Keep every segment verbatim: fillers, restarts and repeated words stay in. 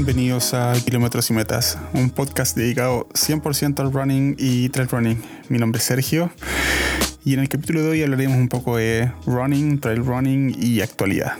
Bienvenidos a Kilómetros y Metas, un podcast dedicado cien por ciento al running y trail running. Mi nombre es Sergio y en el capítulo de hoy hablaremos un poco de running, trail running y actualidad.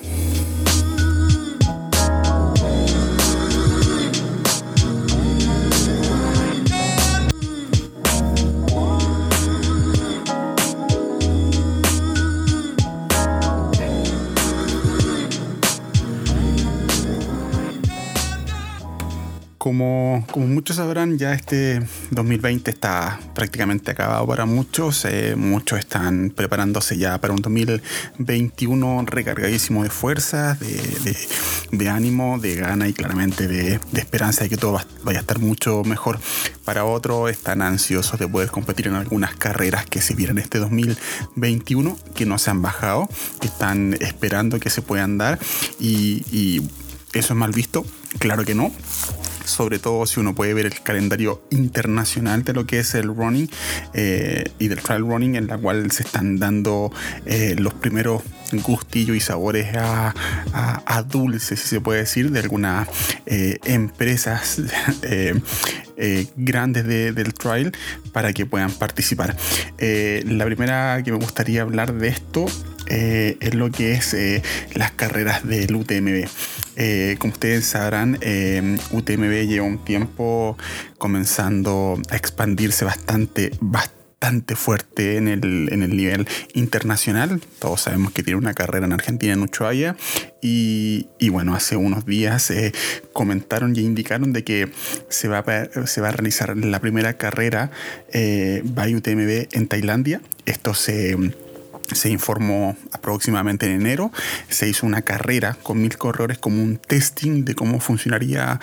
Como, como muchos sabrán, ya este dos mil veinte está prácticamente acabado para muchos. Eh, muchos están preparándose ya para un dos mil veintiuno recargadísimo de fuerzas, de, de, de ánimo, de gana y claramente de, de esperanza de que todo va, vaya a estar mucho mejor. Para otros están ansiosos de poder competir en algunas carreras que se vieran este dos mil veintiuno, que no se han bajado, que están esperando que se puedan dar y, y eso es mal visto. Claro que no. Sobre todo si uno puede ver el calendario internacional de lo que es el running eh, y del trail running, en la cual se están dando eh, los primeros gustillos y sabores a, a, a dulces, si se puede decir, de algunas eh, empresas eh, eh, grandes de, del trail para que puedan participar. Eh, la primera que me gustaría hablar de esto Eh, es lo que es eh, las carreras del U T M B. Eh, como ustedes sabrán, eh, U T M B lleva un tiempo comenzando a expandirse bastante, bastante fuerte en el, en el nivel internacional. Todos sabemos que tiene una carrera en Argentina, en Ushuaia, y, y bueno, hace unos días eh, comentaron y indicaron de que se va a, se va a realizar la primera carrera eh, by U T M B en Tailandia. Esto se... Se informó aproximadamente en enero. Se hizo una carrera con mil corredores como un testing de cómo funcionaría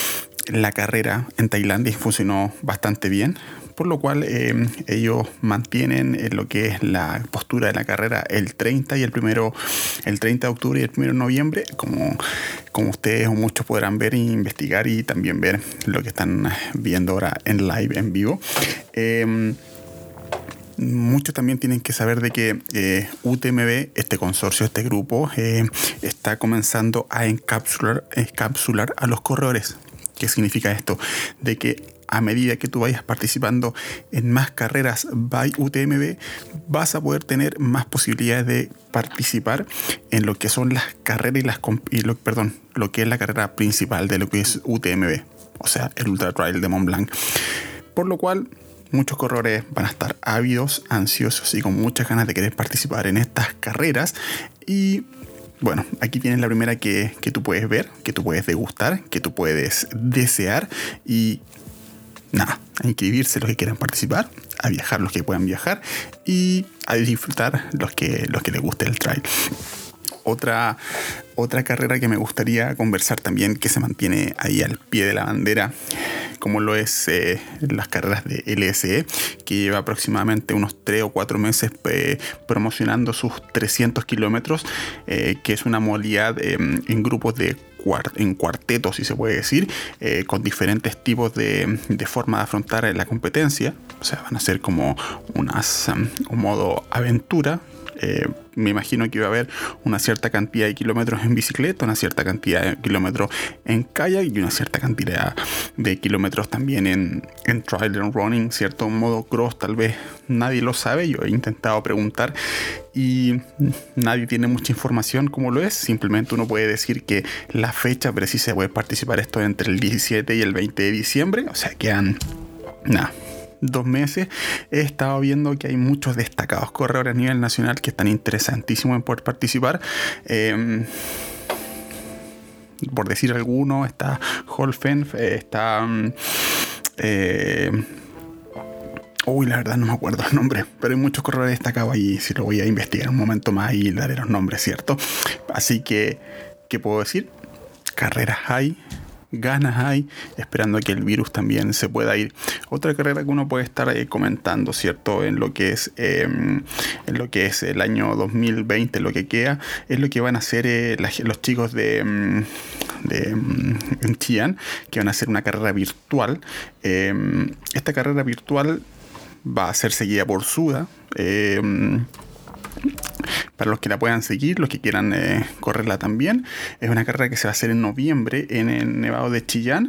la carrera en Tailandia y funcionó bastante bien. Por lo cual eh, ellos mantienen eh, lo que es la postura de la carrera el treinta y el primero, el treinta de octubre y el primero de noviembre, como, como ustedes o muchos podrán ver e investigar y también ver lo que están viendo ahora en live, en vivo. Eh, Muchos también tienen que saber de que eh, U T M B, este consorcio, este grupo, eh, está comenzando a encapsular, encapsular a los corredores. ¿Qué significa esto? De que a medida que tú vayas participando en más carreras by U T M B, vas a poder tener más posibilidades de participar en lo que son las carreras y las y lo, perdón, lo que es la carrera principal de lo que es U T M B, o sea, el Ultra Trail de Mont Blanc. Por lo cual, muchos corredores van a estar ávidos, ansiosos y con muchas ganas de querer participar en estas carreras. Y bueno, aquí tienes la primera que, que tú puedes ver, que tú puedes degustar, que tú puedes desear. Y nada, a inscribirse los que quieran participar, a viajar los que puedan viajar y a disfrutar los que, los que les guste el trail. Otra, otra carrera que me gustaría conversar también, que se mantiene ahí al pie de la bandera, como lo es eh, las carreras de L S E, que lleva aproximadamente unos tres o cuatro meses eh, promocionando sus trescientos kilómetros, eh, que es una modalidad eh, en grupos de cuart- en cuartetos, si se puede decir, eh, con diferentes tipos de, de forma de afrontar la competencia. O sea, van a ser como unas, um, un modo aventura. Eh, me imagino que iba a haber una cierta cantidad de kilómetros en bicicleta, una cierta cantidad de kilómetros en kayak y una cierta cantidad de kilómetros también en, en trail and running, cierto modo cross. Tal vez nadie lo sabe, yo he intentado preguntar y nadie tiene mucha información como lo es. Simplemente uno puede decir que la fecha precisa de poder participar esto entre el diecisiete y el veinte de diciembre, o sea, quedan nada, dos meses. He estado viendo que hay muchos destacados corredores a nivel nacional que están interesantísimos en poder participar. Eh, por decir alguno, está Holfen, está eh, uy, la verdad no me acuerdo el nombre, pero hay muchos corredores destacados ahí. Si lo voy a investigar un momento más y daré los nombres, ¿cierto? Así que, ¿qué puedo decir? Carreras hay, ganas hay, esperando que el virus también se pueda ir. Otra carrera que uno puede estar eh, comentando, ¿cierto? En lo que es eh, en lo que es el año dos mil veinte, lo que queda, es lo que van a hacer eh, la, los chicos de, de en Xi'an, que van a hacer una carrera virtual. Eh, esta carrera virtual va a ser seguida por Suda. Eh, para los que la puedan seguir, los que quieran eh, correrla también. Es una carrera que se va a hacer en noviembre en el Nevado de Chillán.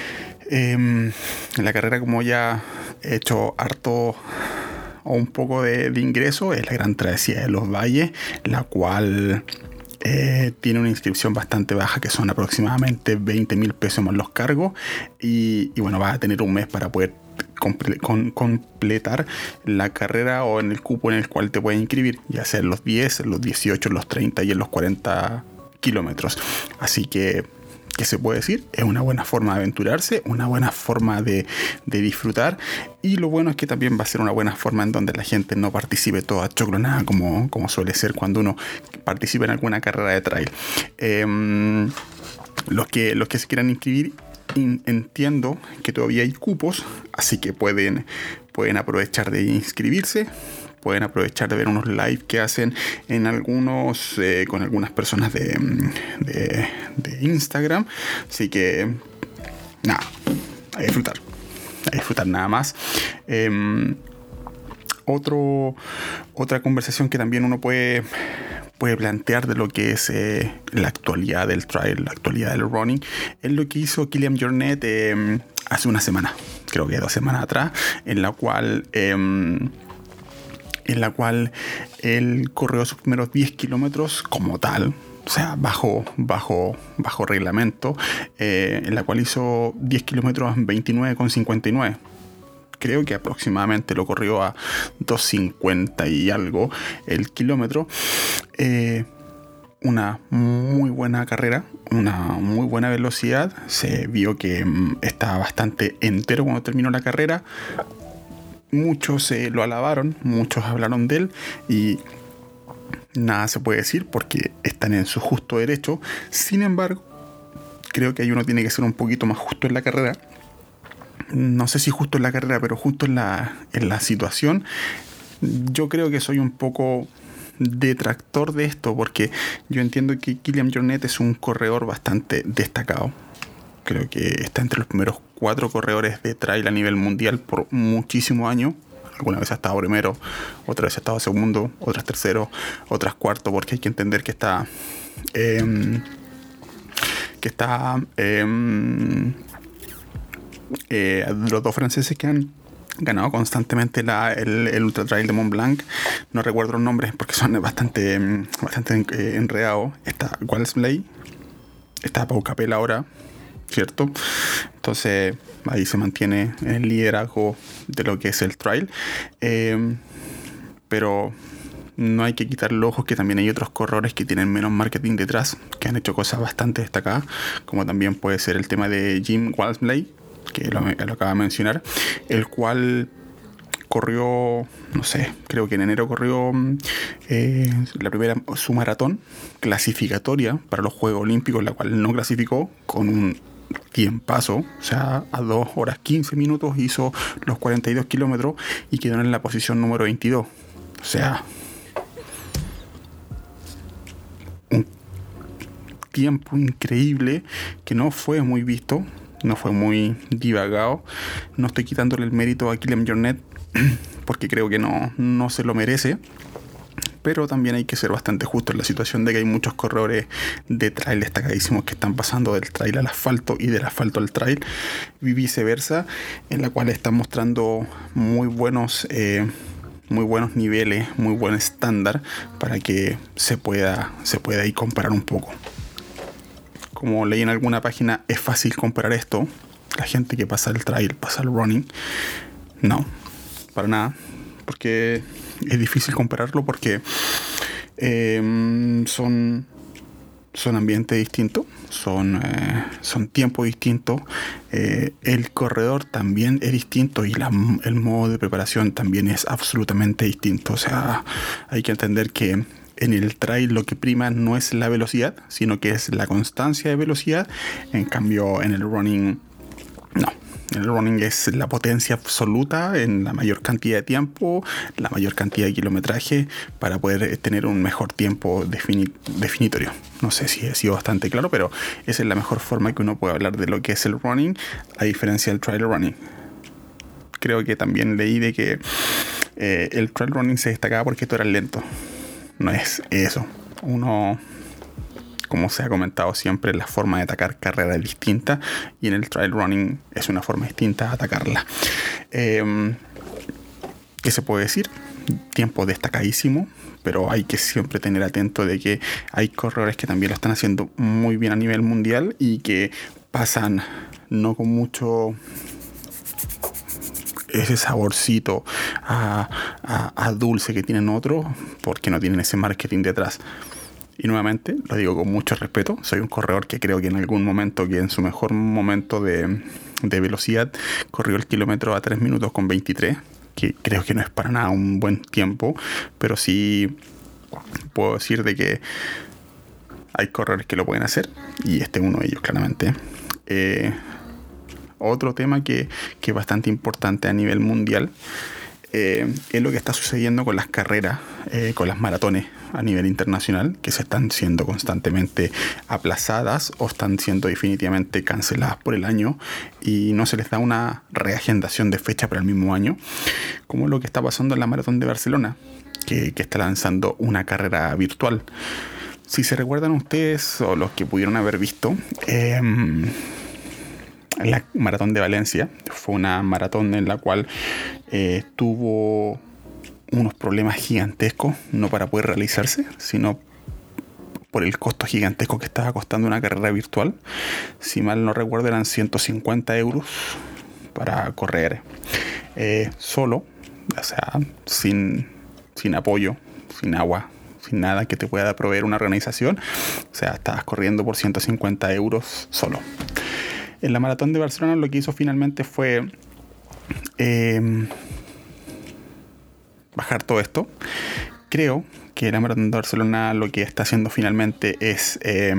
Eh, la carrera, como ya he hecho harto o un poco de, de ingreso, es la Gran Travesía de los Valles, la cual eh, tiene una inscripción bastante baja, que son aproximadamente veinte mil pesos más los cargos, y, y bueno, vas a tener un mes para poder comple- con, completar la carrera o en el cupo en el cual te puedes inscribir, ya sea en los diez, en los dieciocho, en los treinta y en los cuarenta kilómetros. Así que, ¿qué se puede decir? Es una buena forma de aventurarse, una buena forma de, de disfrutar, y lo bueno es que también va a ser una buena forma en donde la gente no participe toda choclonada como, como suele ser cuando uno participa en alguna carrera de trail. Eh, los, que, los que se quieran inscribir, in, entiendo que todavía hay cupos, así que pueden, pueden aprovechar de inscribirse. Pueden aprovechar de ver unos live que hacen en algunos eh, con algunas personas de, de, de Instagram. Así que nada, a disfrutar, a disfrutar nada más. Eh, otro, otra conversación que también uno puede, puede plantear de lo que es eh, la actualidad del trail, la actualidad del running, es lo que hizo Kilian Jornet eh, hace una semana, creo que dos semanas atrás, en la cual... Eh, en la cual él corrió sus primeros diez kilómetros como tal, o sea, bajo, bajo, bajo reglamento, eh, en la cual hizo diez kilómetros en veintinueve con cincuenta y nueve. Creo que aproximadamente lo corrió a dos cincuenta y algo el kilómetro. Eh, una muy buena carrera, una muy buena velocidad. Se vio que mm, estaba bastante entero cuando terminó la carrera. Muchos eh, lo alabaron, muchos hablaron de él, y nada se puede decir porque están en su justo derecho. Sin embargo, creo que ahí uno tiene que ser un poquito más justo en la carrera. No sé si justo en la carrera, pero justo en la, en la situación. Yo creo que soy un poco detractor de esto, porque yo entiendo que Kilian Jornet es un corredor bastante destacado. Creo que está entre los primeros cuatro corredores de trail a nivel mundial por muchísimos años. Alguna vez ha estado primero, otra vez ha estado segundo, otras tercero, otras cuarto, porque hay que entender que está eh, que está eh, eh, los dos franceses que han ganado constantemente la, el, el Ultra Trail de Mont Blanc. No recuerdo los nombres porque son bastante, bastante eh, enredados. Está Walsley, está Pau Capel ahora, ¿cierto? Entonces ahí se mantiene el liderazgo de lo que es el trail, eh, pero no hay que quitar los ojos que también hay otros corredores que tienen menos marketing detrás, que han hecho cosas bastante destacadas, como también puede ser el tema de Jim Walsley, que lo, lo acaba de mencionar, el cual corrió, no sé, creo que en enero corrió eh, la primera su maratón clasificatoria para los Juegos Olímpicos, la cual no clasificó, con un tiempazo, o sea, a dos horas quince minutos hizo los cuarenta y dos kilómetros y quedó en la posición número veintidós. O sea, un tiempo increíble que no fue muy visto, no fue muy divagado. No estoy quitándole el mérito a Kilian Jornet porque creo que no, no se lo merece, pero también hay que ser bastante justo en la situación de que hay muchos corredores de trail destacadísimos que están pasando del trail al asfalto y del asfalto al trail y viceversa, en la cual están mostrando muy buenos eh, muy buenos niveles, muy buen estándar para que se pueda, se pueda ahí comparar un poco. Como leí en alguna página, es fácil comparar esto. La gente que pasa el trail, pasa el running. No, para nada, porque es difícil compararlo, porque eh, son, son ambientes distintos, son, eh, son tiempos distintos, eh, el corredor también es distinto y la, el modo de preparación también es absolutamente distinto. O sea, hay que entender que en el trail lo que prima no es la velocidad, sino que es la constancia de velocidad. En cambio, en el running, no. El running es la potencia absoluta en la mayor cantidad de tiempo, la mayor cantidad de kilometraje para poder tener un mejor tiempo defini- definitorio. No sé si he sido bastante claro, pero esa es la mejor forma que uno puede hablar de lo que es el running, a diferencia del trail running. Creo que también leí de que eh, el trail running se destacaba porque esto era lento. no es eso. Uno, como se ha comentado siempre, la forma de atacar carrera es distinta y en el trail running es una forma distinta de atacarla. Eh, ¿Qué se puede decir? Tiempo destacadísimo, pero hay que siempre tener atento de que hay corredores que también lo están haciendo muy bien a nivel mundial y que pasan no con mucho ese saborcito a, a, a dulce que tienen otros, porque no tienen ese marketing detrás. Y nuevamente, lo digo con mucho respeto, soy un corredor que creo que en algún momento, que en su mejor momento de, de velocidad, corrió el kilómetro a tres minutos con veintitrés, que creo que no es para nada un buen tiempo, pero sí puedo decir de que hay corredores que lo pueden hacer, y este es uno de ellos, claramente. Eh, otro tema que, que es bastante importante a nivel mundial eh, es lo que está sucediendo con las carreras, eh, con las maratones a nivel internacional, que se están siendo constantemente aplazadas o están siendo definitivamente canceladas por el año y no se les da una reagendación de fecha para el mismo año, como lo que está pasando en la Maratón de Barcelona, que, que está lanzando una carrera virtual. Si se recuerdan ustedes o los que pudieron haber visto, eh, la Maratón de Valencia fue una maratón en la cual eh, tuvo unos problemas gigantescos, no para poder realizarse, sino por el costo gigantesco que estaba costando una carrera virtual. Si mal no recuerdo, eran ciento cincuenta euros para correr eh, solo, o sea, sin, sin apoyo, sin agua, sin nada que te pueda proveer una organización. O sea, estabas corriendo por ciento cincuenta euros solo. En la Maratón de Barcelona lo que hizo finalmente fue eh, bajar todo esto. Creo que la Maratón de Barcelona lo que está haciendo finalmente es, eh,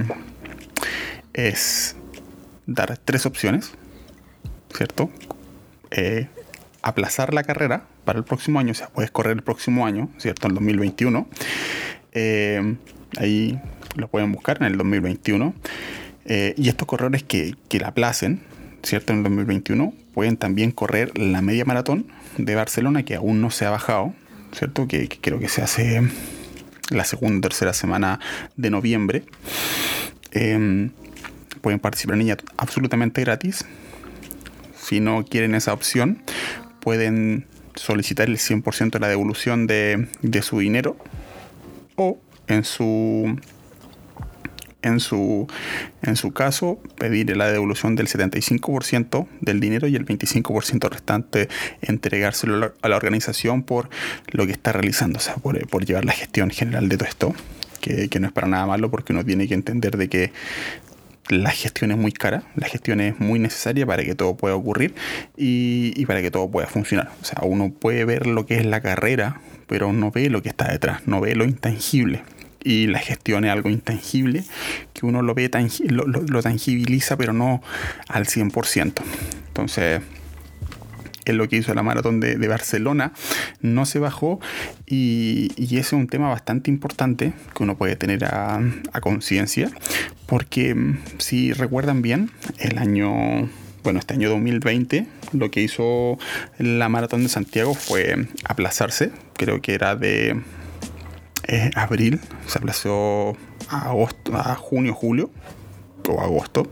es dar tres opciones, ¿cierto? Eh, aplazar la carrera para el próximo año, o sea, puedes correr el próximo año, ¿cierto? En el dos mil veintiuno. Eh, ahí lo pueden buscar en el dos mil veintiuno. Eh, y estos corredores que, que la aplacen, ¿cierto? En el dos mil veintiuno pueden también correr la media maratón de Barcelona, que aún no se ha bajado, ¿cierto? Que, que creo que se hace la segunda o tercera semana de noviembre. Eh, pueden participar en ella absolutamente gratis. Si no quieren esa opción, pueden solicitar el cien por ciento de la devolución de, de su dinero, o en su En su, en su caso, pedir la devolución del setenta y cinco por ciento del dinero y el veinticinco por ciento restante entregárselo a la organización por lo que está realizando, o sea, por, por llevar la gestión general de todo esto, que, que no es para nada malo, porque uno tiene que entender de que la gestión es muy cara, la gestión es muy necesaria para que todo pueda ocurrir y, y para que todo pueda funcionar. O sea, uno puede ver lo que es la carrera, pero no ve lo que está detrás, no ve lo intangible. Y la gestión es algo intangible que uno lo ve, tangi- lo, lo, lo tangibiliza, pero no al cien por ciento. Entonces, es lo que hizo la Maratón de, de Barcelona. No se bajó y, y ese es un tema bastante importante que uno puede tener a, a conciencia. Porque si recuerdan bien, el año... Bueno, este año dos mil veinte lo que hizo la Maratón de Santiago fue aplazarse. Creo que era de... Eh, abril, se aplazó a agosto, a junio, julio o agosto,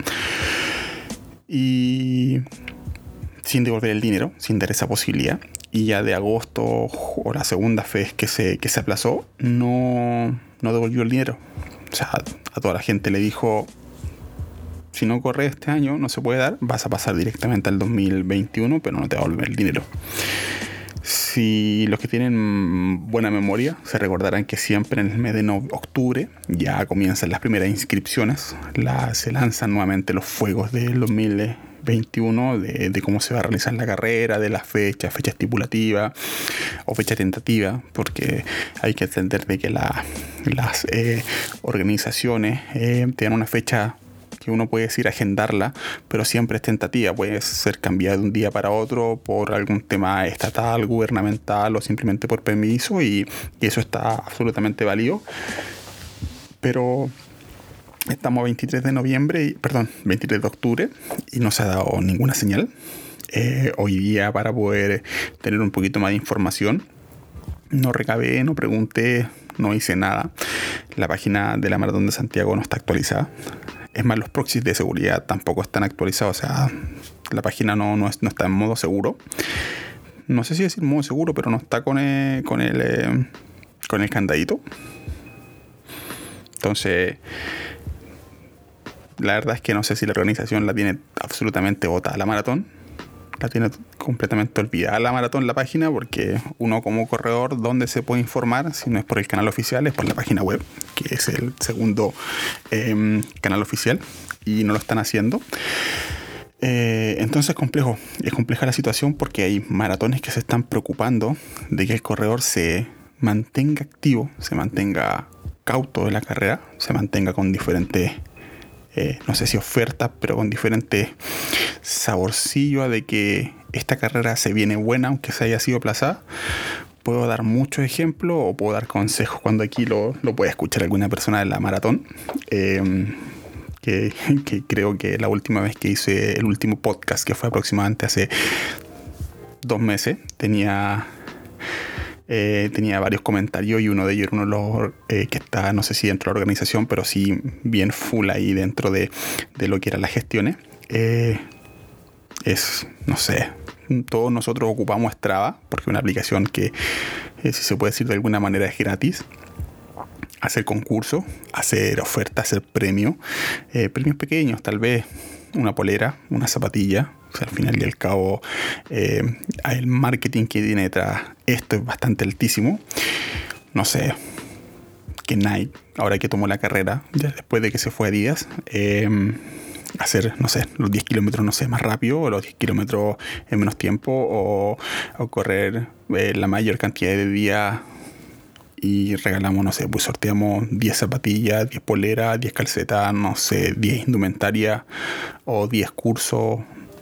y sin devolver el dinero, sin dar esa posibilidad. Y ya de agosto, o la segunda vez que se, que se aplazó, no, no devolvió el dinero. O sea, a toda la gente le dijo: si no corres este año, no se puede dar, vas a pasar directamente al dos mil veintiuno, pero no te va a devolver el dinero. Si los que tienen buena memoria se recordarán que siempre en el mes de no, octubre ya comienzan las primeras inscripciones, la, se lanzan nuevamente los fuegos del dos mil veintiuno de, de cómo se va a realizar la carrera, de las fechas, fecha estipulativa o fecha tentativa, porque hay que entender de que la, las eh, organizaciones eh, tienen una fecha que uno puede decir agendarla, pero siempre es tentativa, puede ser cambiada de un día para otro por algún tema estatal, gubernamental o simplemente por permiso, y, y eso está absolutamente válido. Pero estamos a veintitrés de noviembre, y, perdón, veintitrés de octubre, y no se ha dado ninguna señal. Eh, hoy día, para poder tener un poquito más de información, no recabé, no pregunté, no hice nada. La página de la Maratón de Santiago no está actualizada. Es más, los proxies de seguridad tampoco están actualizados. O sea, la página no, no, es, no está en modo seguro. No sé si decir modo seguro, pero no está con el, con el, eh, con el candadito. Entonces, la verdad es que no sé si la organización la tiene absolutamente botada la maratón. La tiene completamente olvidada la maratón, la página, porque uno como corredor, ¿dónde se puede informar? Si no es por el canal oficial, es por la página web, que es el segundo eh, canal oficial, y no lo están haciendo. Eh, entonces es complejo, es compleja la situación porque hay maratones que se están preocupando de que el corredor se mantenga activo, se mantenga cauto de la carrera, se mantenga con diferentes, eh, no sé si ofertas, pero con diferentes saborcillos de que esta carrera se viene buena aunque se haya sido aplazada. Puedo dar muchos ejemplos o puedo dar consejos cuando aquí lo, lo puede escuchar alguna persona de la maratón. Eh, Que, que creo que la última vez que hice el último podcast, que fue aproximadamente hace dos meses, tenía, eh, tenía varios comentarios y uno de ellos era uno de los eh, que está, no sé si dentro de la organización, pero sí bien full ahí dentro de, de lo que eran las gestiones. Eh, es, no sé, todos nosotros ocupamos Strava, porque es una aplicación que, eh, si se puede decir de alguna manera, es gratis. Hacer concursos, hacer ofertas, hacer premios, eh, premios pequeños, tal vez una polera, una zapatilla. O sea, al final y al cabo, eh, el marketing que tiene detrás esto es bastante altísimo. No sé, que Nike, ahora que tomó la carrera, ya después de que se fue a Adidas, eh, hacer, no sé, los diez kilómetros, no sé, más rápido, o los diez kilómetros en menos tiempo, o, o correr eh, la mayor cantidad de días. Y regalamos, no sé, pues sorteamos diez zapatillas, diez poleras, diez calcetas, no sé, diez indumentarias o diez cursos.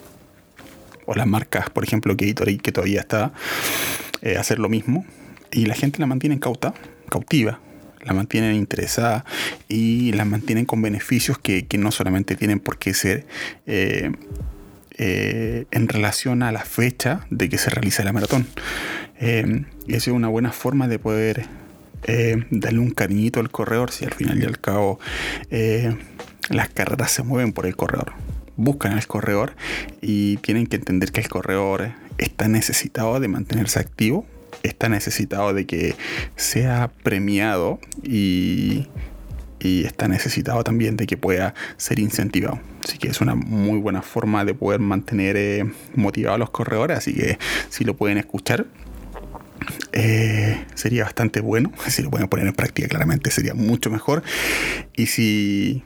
O las marcas, por ejemplo, Gatorade, que todavía está, eh, hacer lo mismo. Y la gente la mantiene cauta, cautiva, la mantienen interesada y la mantienen con beneficios que, que no solamente tienen por qué ser eh, eh, en relación a la fecha de que se realiza la maratón. Eh, esa es una buena forma de poder Eh, darle un cariñito al corredor, si al final y al cabo eh, las carreras se mueven por el corredor, buscan al corredor y tienen que entender que el corredor está necesitado de mantenerse activo, está necesitado de que sea premiado y, y está necesitado también de que pueda ser incentivado. Así que es una muy buena forma de poder mantener eh, motivados a los corredores, así que si lo pueden escuchar, Eh, sería bastante bueno. Si lo pueden poner en práctica, claramente sería mucho mejor. Y si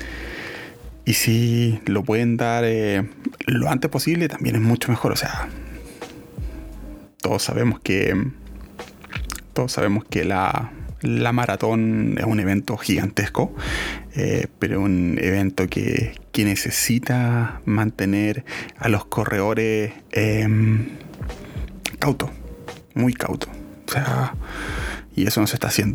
y si lo pueden dar eh, lo antes posible, también es mucho mejor. O sea, todos sabemos que todos sabemos que la la maratón es un evento gigantesco, eh, pero un evento que, que necesita mantener a los corredores eh, cautos, muy cauto. O sea, y eso no se está haciendo.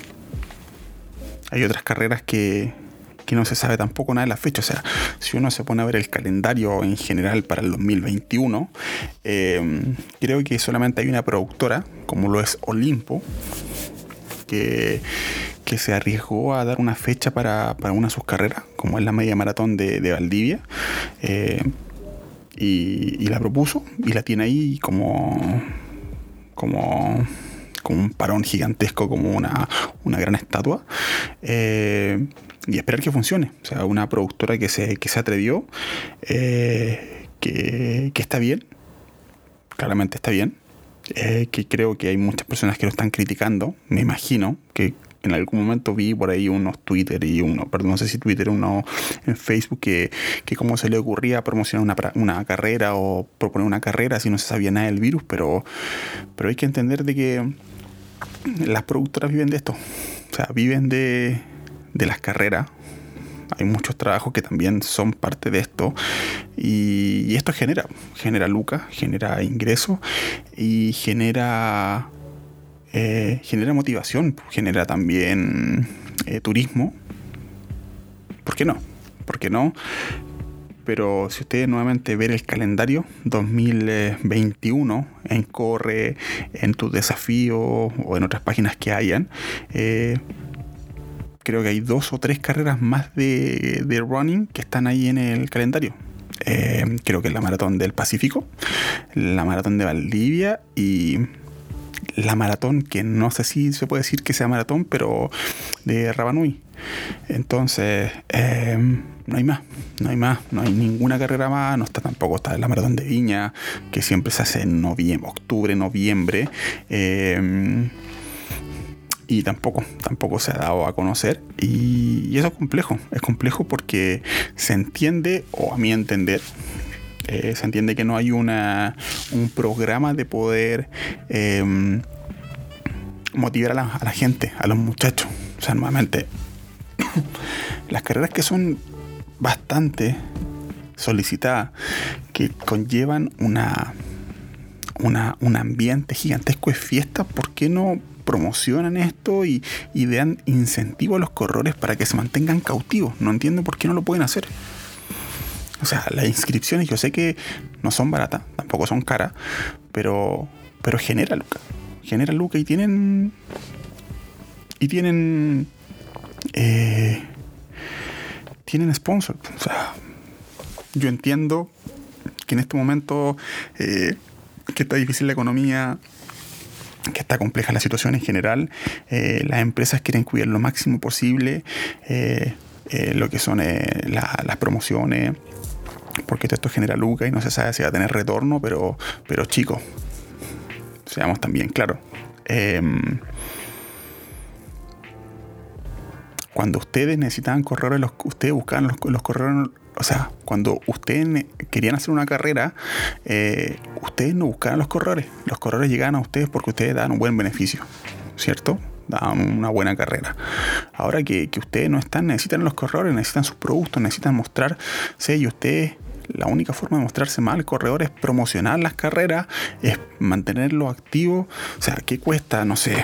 Hay otras carreras que, que no se sabe tampoco nada de la fecha. O sea, si uno se pone a ver el calendario en general para el dos mil veintiuno, eh, creo que solamente hay una productora, como lo es Olimpo, que, que se arriesgó a dar una fecha para, para una de sus carreras, como es la media maratón de, de Valdivia. Eh, y, y la propuso y la tiene ahí como... como, como un parón gigantesco, como una, una gran estatua, eh, y esperar que funcione. O sea, una productora que se, que se atrevió, eh, que, que está bien, claramente está bien, eh, que creo que hay muchas personas que lo están criticando, me imagino, que en algún momento vi por ahí unos Twitter y uno, perdón, no sé si Twitter, uno en Facebook, que, que cómo se le ocurría promocionar una, una carrera o proponer una carrera si no se sabía nada del virus, pero, pero hay que entender de que las productoras viven de esto, o sea, viven de, de las carreras. Hay muchos trabajos que también son parte de esto y, y esto genera, genera lucas, genera ingresos y genera... Eh, genera motivación, genera también eh, turismo. ¿Por qué no? ¿Por qué no? pero si ustedes nuevamente ven el calendario dos mil veintiuno en Corre, en Tu Desafío o en otras páginas que hayan, eh, creo que hay dos o tres carreras más de, de running que están ahí en el calendario. Eh, creo que es la Maratón del Pacífico, la Maratón de Valdivia y la maratón, que no sé si se puede decir que sea maratón, pero de Rapa Nui. Entonces, eh, no hay más, no hay más, no hay ninguna carrera más, no está tampoco, está la Maratón de Viña, que siempre se hace en noviembre, octubre, noviembre, eh, y tampoco, tampoco se ha dado a conocer, y, y eso es complejo, es complejo porque se entiende, o a mi entender, Eh, se entiende que no hay una, un programa de poder eh, motivar a la, a la gente, a los muchachos. O sea, nuevamente, las carreras que son bastante solicitadas, que conllevan una, una, un ambiente gigantesco de fiesta, ¿por qué no promocionan esto y, y dan incentivo a los corredores para que se mantengan cautivos? No entiendo por qué no lo pueden hacer. O sea, las inscripciones yo sé que no son baratas, tampoco son caras, pero, pero genera lucas. Genera lucas y tienen... Y tienen... Eh, tienen sponsor. O sea, yo entiendo que en este momento eh, que está difícil la economía, que está compleja la situación en general, eh, las empresas quieren cuidar lo máximo posible eh, eh, lo que son eh, la, las promociones, porque todo esto genera lucas y no se sabe si va a tener retorno, pero, pero chicos, seamos también claros. Eh, cuando ustedes necesitaban corredores, los, ustedes buscaban los, los corredores, o sea, cuando ustedes querían hacer una carrera, eh, ustedes no buscaban los corredores, los corredores llegaban a ustedes porque ustedes daban un buen beneficio, ¿cierto? Daban una buena carrera. Ahora que, que ustedes no están, necesitan los corredores, necesitan sus productos, necesitan mostrarse, y ustedes, la única forma de mostrarse más al corredor es promocionar las carreras, es mantenerlo activo. O sea, ¿qué cuesta? No sé.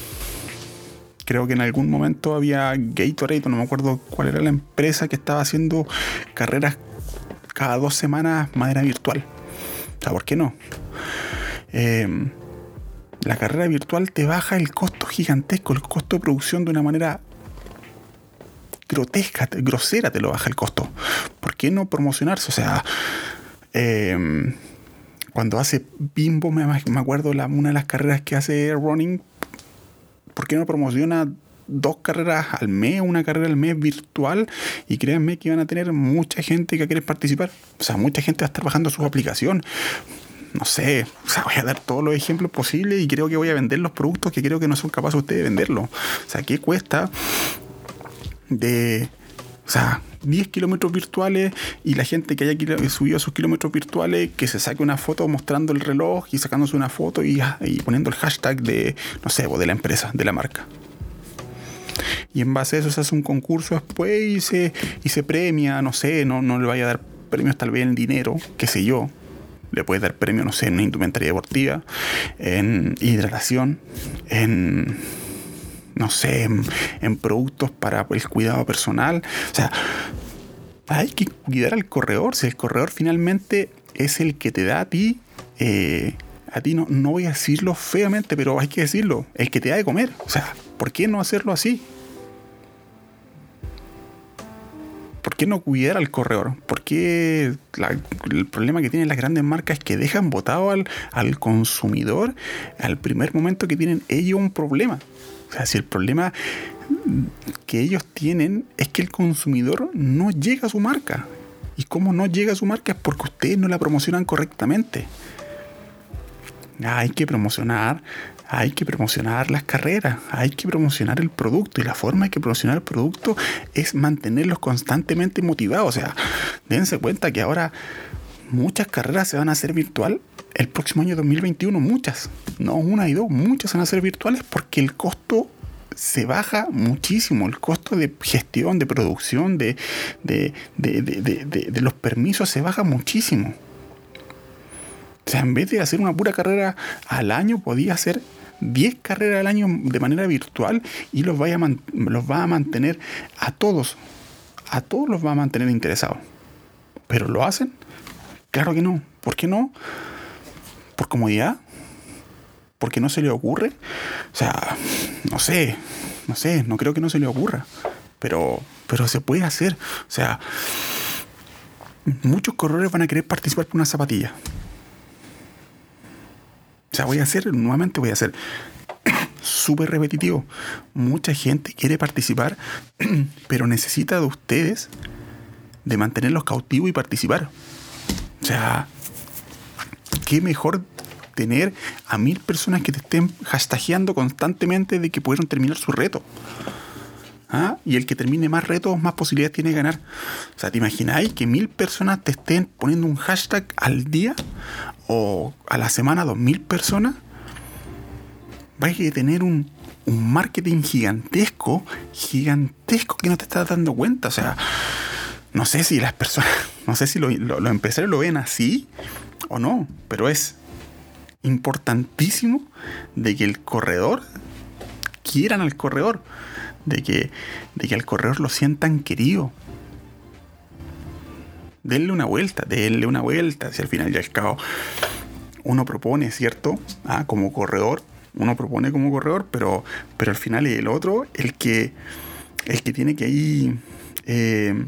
Creo que en algún momento había Gatorade, no me acuerdo cuál era la empresa, que estaba haciendo carreras cada dos semanas de manera virtual. O sea, ¿por qué no? Eh, la carrera virtual te baja el costo gigantesco, el costo de producción de una manera grotesca, grosera te lo baja el costo. ¿Por qué no promocionarse? O sea, eh, cuando hace Bimbo, me, me acuerdo la, una de las carreras que hace Running, ¿por qué no promociona dos carreras al mes, una carrera al mes virtual? Y créanme que van a tener mucha gente que quiere participar. O sea, mucha gente va a estar bajando su aplicación. No sé, o sea, voy a dar todos los ejemplos posibles y creo que voy a vender los productos que creo que no son capaces ustedes de venderlos. O sea, ¿qué cuesta de, o sea, diez kilómetros virtuales y la gente que haya subido sus kilómetros virtuales que se saque una foto mostrando el reloj y sacándose una foto y, y poniendo el hashtag de, no sé, de la empresa, de la marca? Y en base a eso se hace un concurso después y se, y se premia, no sé, no, no le vaya a dar premios tal vez en dinero, qué sé yo. Le puedes dar premio, no sé, en una indumentaria deportiva, en hidratación, en, no sé, en, en productos para el cuidado personal. O sea, hay que cuidar al corredor. Si el corredor finalmente es el que te da a ti, eh, a ti no, no voy a decirlo feamente, pero hay que decirlo, el que te da de comer. O sea, ¿por qué no hacerlo así? ¿Por qué no cuidar al corredor? ¿Por qué la, el problema que tienen las grandes marcas es que dejan botado al, al consumidor al primer momento que tienen ellos un problema? O sea, si el problema que ellos tienen es que el consumidor no llega a su marca. ¿Y cómo no llega a su marca? Es porque ustedes no la promocionan correctamente. Hay que promocionar, hay que promocionar las carreras, hay que promocionar el producto, y la forma de que promocionar el producto es mantenerlos constantemente motivados. O sea, dense cuenta que ahora muchas carreras se van a hacer virtual el próximo año dos mil veintiuno, muchas, no una y dos, muchas van a ser virtuales porque el costo se baja muchísimo, el costo de gestión, de producción, de, de, de, de, de, de, de los permisos se baja muchísimo. O sea, en vez de hacer una pura carrera al año, podía hacer diez carreras al año de manera virtual y los, vaya a man- los va a mantener a todos, a todos los va a mantener interesados. ¿Pero lo hacen? Claro que no. ¿Por qué no? ¿Por comodidad? ¿Porque no se le ocurre? O sea, no sé, no sé, no creo que no se le ocurra. Pero, pero se puede hacer. O sea, muchos corredores van a querer participar por una zapatilla. O sea, voy a hacer, nuevamente voy a hacer súper repetitivo. Mucha gente quiere participar, pero necesita de ustedes de mantenerlos cautivos y participar. O sea, qué mejor tener a mil personas que te estén hashtagueando constantemente de que pudieron terminar su reto. ¿Ah? Y el que termine más retos, más posibilidades tiene de ganar. O sea, ¿te imagináis que mil personas te estén poniendo un hashtag al día o a la semana dos mil personas? Vais a tener un, un marketing gigantesco, gigantesco que no te estás dando cuenta. O sea, no sé si las personas, no sé si lo, lo, los empresarios lo ven así o no, pero es importantísimo de que el corredor quieran al corredor, de que, de que al corredor lo sientan querido. Denle una vuelta, denle una vuelta. Si al final y al cabo uno propone, ¿cierto? Ah, como corredor, uno propone como corredor, pero, pero al final es el otro el que, el que tiene que ahí eh,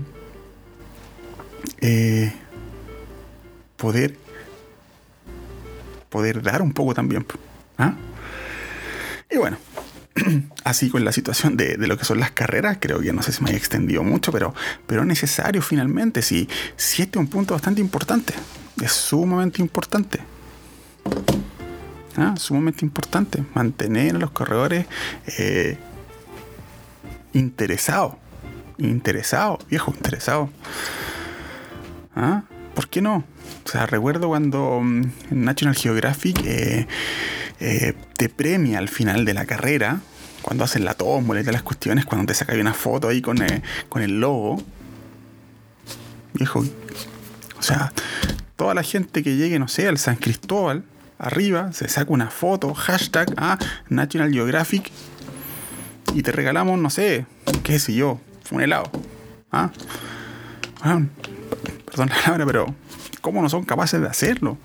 eh, poder poder dar un poco también. ¿Ah? Y bueno, así con la situación de, de lo que son las carreras, creo que no sé si me haya extendido mucho, pero, pero es necesario finalmente. Si, si este es un punto bastante importante, es sumamente importante. ¿Ah? Sumamente importante mantener a los corredores eh, interesados, interesados, viejo, interesados. ¿Ah? ¿Por qué no? O sea, recuerdo cuando en National Geographic eh, eh, te premia al final de la carrera, cuando hacen la tómbola y todas las cuestiones, cuando te sacas una foto ahí con, eh, con el logo. Viejo, o sea, toda la gente que llegue, no sé, al San Cristóbal, arriba, se saca una foto, hashtag a National Geographic, y te regalamos, no sé, qué sé yo, un helado. ¿Ah? Bueno, perdón la palabra, pero ¿cómo no son capaces de hacerlo?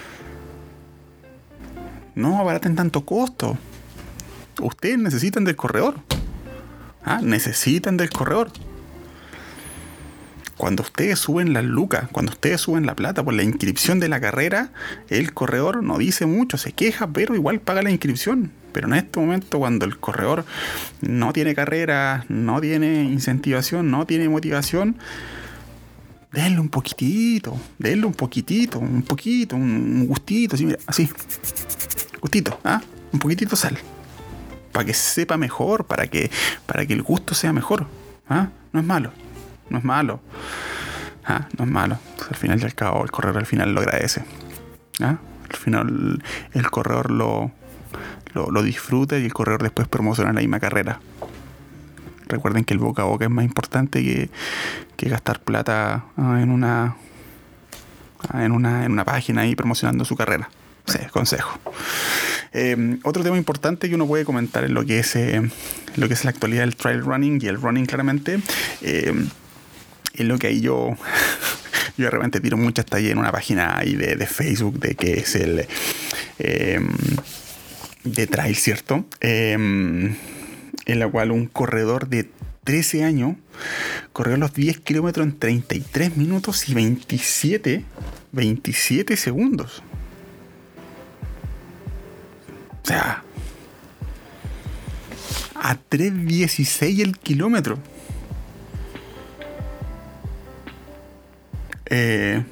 No abaraten tanto costo. Ustedes necesitan del corredor. ¿Ah? Necesitan del corredor. Cuando ustedes suben las lucas, cuando ustedes suben la plata por la inscripción de la carrera, el corredor no dice mucho, se queja, pero igual paga la inscripción. Pero en este momento, cuando el corredor no tiene carrera, no tiene incentivación, no tiene motivación, denle un poquitito, denle un poquitito, un poquito, un gustito, así, mira, así, gustito, ¿ah? Un poquitito sal, para que sepa mejor, para que, para que el gusto sea mejor, ¿ah? No es malo, no es malo, ¿ah? No es malo. Pues al final y al cabo, el corredor al final lo agradece, ¿ah? Al final el corredor lo, lo, lo disfruta y el corredor después promociona la misma carrera. Recuerden que el boca a boca es más importante que, que gastar plata en una, en una en una página ahí promocionando su carrera. Sí, consejo. Eh, otro tema importante que uno puede comentar en lo que es eh, lo que es la actualidad del trail running y el running claramente, eh, es lo que ahí yo yo de repente tiro muchas tallas en una página ahí de, de Facebook de que es el eh, de trail, ¿cierto? Eh, en la cual un corredor de trece años corrió los diez kilómetros en treinta y tres minutos y veintisiete segundos. O sea, a tres dieciséis el kilómetro. Eh,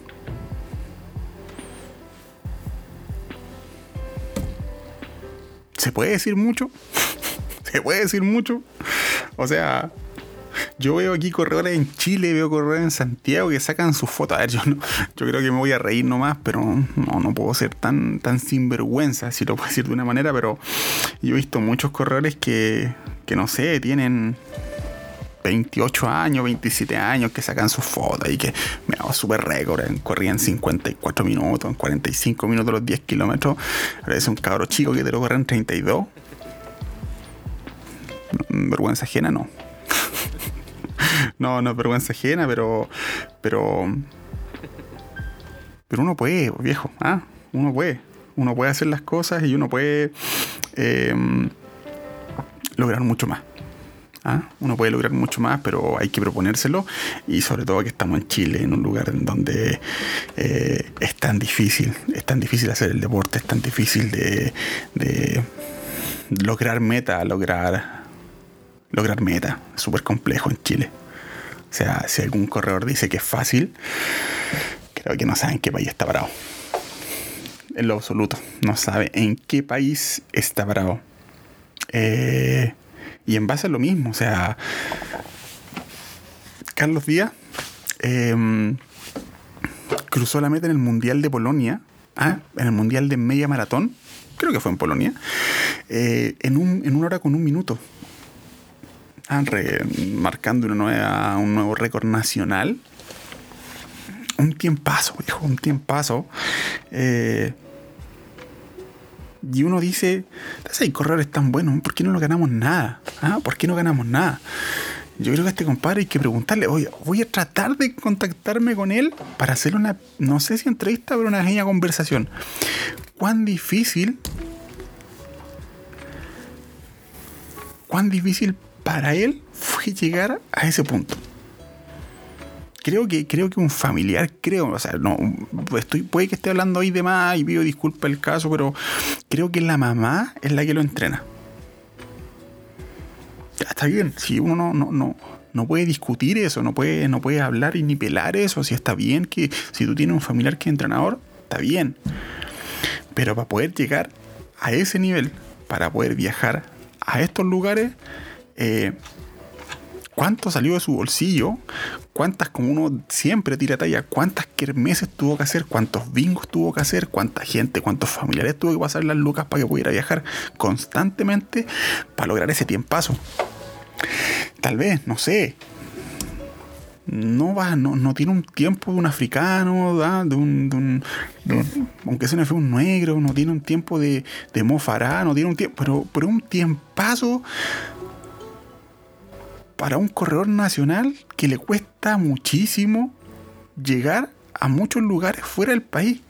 ¿Se puede decir mucho? ¿Se puede decir mucho? O sea, yo veo aquí corredores en Chile, veo corredores en Santiago que sacan sus fotos. A ver, yo, no, yo creo que me voy a reír nomás, pero no, no puedo ser tan, tan sinvergüenza, si lo puedo decir de una manera, pero yo he visto muchos corredores que, que no sé, tienen veintiocho años, veintisiete años, que sacan sus fotos y que me hago súper récord, corrían cincuenta y cuatro minutos, en cuarenta y cinco minutos los diez kilómetros. Ahora es un cabro chico que te lo corren treinta y dos. Vergüenza ajena, no. no, no es vergüenza ajena, pero pero Pero uno puede, viejo, ¿ah? Uno puede. Uno puede hacer las cosas y uno puede eh, lograr mucho más. ¿Ah? Uno puede lograr mucho más, pero hay que proponérselo, y sobre todo que estamos en Chile, en un lugar en donde eh, es tan difícil, es tan difícil hacer el deporte, es tan difícil de, de lograr meta, lograr lograr meta, es súper complejo en Chile. O sea, si algún corredor dice que es fácil, creo que no sabe en qué país está parado. En lo absoluto, no sabe en qué país está parado. Eh... Y en base a lo mismo, o sea, Carlos Díaz eh, cruzó la meta en el Mundial de Polonia, ¿ah? en el Mundial de Media Maratón, creo que fue en Polonia, eh, en, un, en una hora con un minuto, ah, re, marcando una nueva, un nuevo récord nacional. Un tiempazo, viejo, un tiempazo. Eh, Y uno dice, hay corredores tan buenos, ¿por qué no lo ganamos nada? ¿Ah? ¿Por qué no ganamos nada? Yo creo que a este compadre hay que preguntarle, oye, voy a tratar de contactarme con él para hacer una, no sé si entrevista, pero una pequeña conversación. ¿Cuán difícil, cuán difícil para él fue llegar a ese punto? Creo que, creo que un familiar, creo, o sea, no, estoy, puede que esté hablando ahí de más y pido disculpas el caso, pero creo que la mamá es la que lo entrena. Ya está bien, si uno no, no, no, no puede discutir eso, no puede, no puede hablar y ni pelar eso, si está bien que si tú tienes un familiar que es entrenador, está bien. Pero para poder llegar a ese nivel, para poder viajar a estos lugares, eh, ¿cuánto salió de su bolsillo? ¿Cuántas, como uno siempre tira talla, cuántas kermeses tuvo que hacer? ¿Cuántos bingos tuvo que hacer? ¿Cuánta gente, cuántos familiares tuvo que pasar las lucas para que pudiera viajar constantemente para lograr ese tiempazo? Tal vez, no sé. No va, no, no tiene un tiempo de un africano, ¿da? de un, de un, de un aunque se me fue un negro, no tiene un tiempo de, de Mo Farah, no tiene un tiempo, pero, pero un tiempazo para un corredor nacional que le cuesta muchísimo llegar a muchos lugares fuera del país.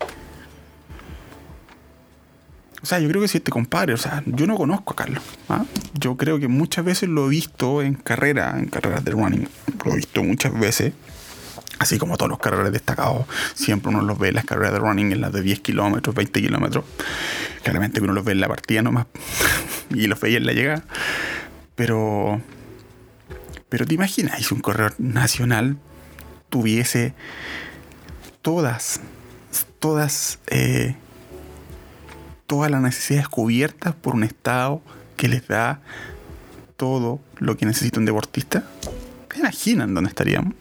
O sea, yo creo que si este compadre, o sea, yo no conozco a Carlos, ¿ah? Yo creo que muchas veces lo he visto en carrera, en carreras de running, lo he visto muchas veces, así como todos los corredores destacados, siempre uno los ve en las carreras de running, en las de diez kilómetros, veinte kilómetros, claramente uno los ve en la partida nomás, y los veía en la llegada, pero... Pero te imaginas, si un corredor nacional tuviese todas, todas, eh, todas las necesidades cubiertas por un Estado que les da todo lo que necesita un deportista. ¿Te imaginan dónde estaríamos?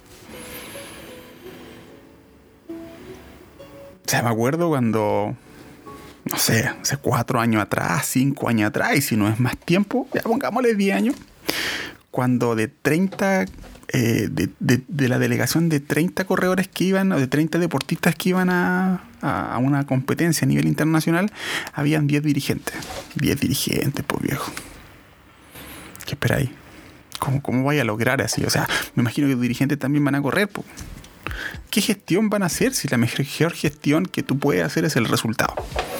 O sea, me acuerdo cuando, no sé, hace cuatro años atrás, cinco años atrás, y si no es más tiempo, ya pongámosle diez años, cuando de treinta, eh, de, de, de la delegación de treinta corredores que iban, o de treinta deportistas que iban a, a, a una competencia a nivel internacional, habían diez dirigentes. diez dirigentes, pues viejo. ¿Qué esperáis? ¿Cómo, ¿Cómo vaya a lograr así? O sea, me imagino que los dirigentes también van a correr, pues. ¿Qué gestión van a hacer si la mejor gestión que tú puedes hacer es el resultado?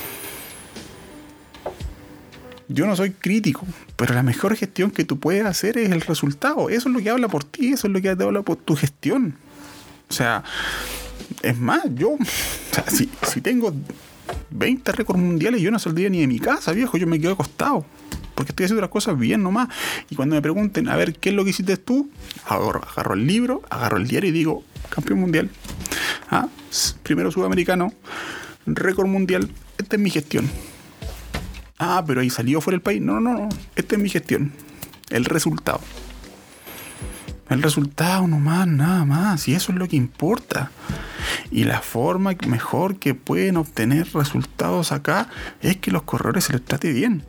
Yo no soy crítico, pero la mejor gestión que tú puedes hacer es el resultado. Eso es lo que habla por ti, eso es lo que te habla por tu gestión. O sea, es más, yo, o sea, si, si tengo veinte récords mundiales, yo no saldría ni de mi casa, viejo, yo me quedo acostado, porque estoy haciendo las cosas bien nomás. Y cuando me pregunten, a ver, ¿qué es lo que hiciste tú? Agarro, agarro el libro, agarro el diario y digo, campeón mundial, ¿ah? Primero sudamericano, récord mundial, esta es mi gestión. Ah, pero ahí salió fuera del país. No, no, no. Esta es mi gestión. El resultado. El resultado nomás, nada más. Y eso es lo que importa. Y la forma mejor que pueden obtener resultados acá es que los corredores se les trate bien.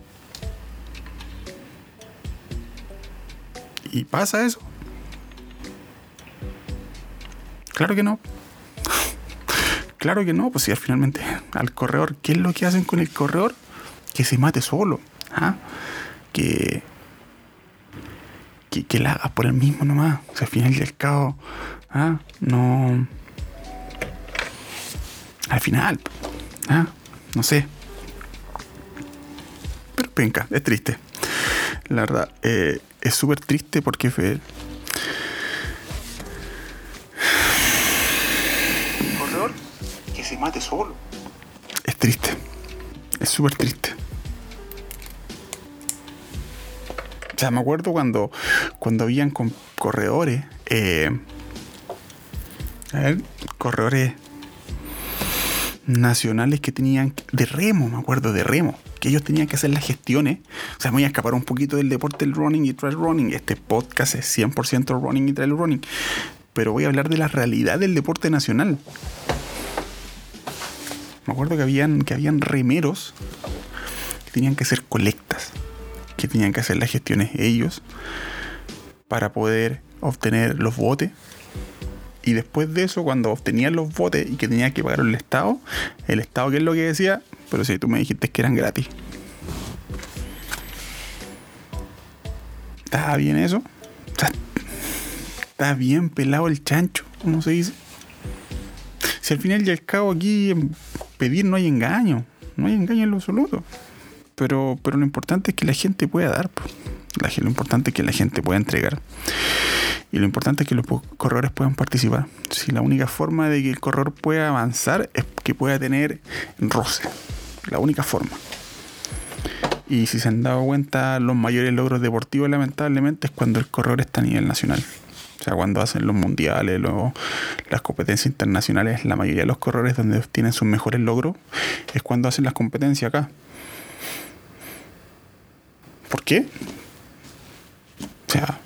¿Y pasa eso? Claro que no. Claro que no. Pues si finalmente al corredor, ¿qué es lo que hacen con el corredor? Que se mate solo, ¿ah? que, que que la haga por el mismo nomás. O sea, al final del cabo, ¿ah? no Al final, ¿ah? No sé. Pero penca, es triste. La verdad, eh, es súper triste porque fue... corredor que se mate solo. Es triste. Es súper triste. O sea, me acuerdo cuando, cuando habían con corredores, eh, a ver, corredores nacionales que tenían de remo, me acuerdo de remo, que ellos tenían que hacer las gestiones. O sea, me voy a escapar un poquito del deporte del running y trail running. Este podcast es cien por ciento running y trail running, pero voy a hablar de la realidad del deporte nacional. Me acuerdo que habían, que habían remeros que tenían que hacer colectas, que tenían que hacer las gestiones ellos para poder obtener los botes. Y después de eso, cuando obtenían los botes y que tenía que pagar el Estado, el Estado, ¿qué es lo que decía? Pero si tú me dijiste que eran gratis. ¿Está bien eso? ¿Está, está bien pelado el chancho? ¿Cómo se dice? Si al final y al cabo aquí en pedir no hay engaño. No hay engaño en lo absoluto. Pero, pero lo importante es que la gente pueda dar. La, lo importante es que la gente pueda entregar. Y lo importante es que los corredores puedan participar. Si la única forma de que el corredor pueda avanzar es que pueda tener roce. La única forma. Y si se han dado cuenta, los mayores logros deportivos lamentablemente es cuando el corredor está a nivel nacional. O sea, cuando hacen los mundiales, los, las competencias internacionales, la mayoría de los corredores donde obtienen sus mejores logros es cuando hacen las competencias acá. ¿Por qué? O sea,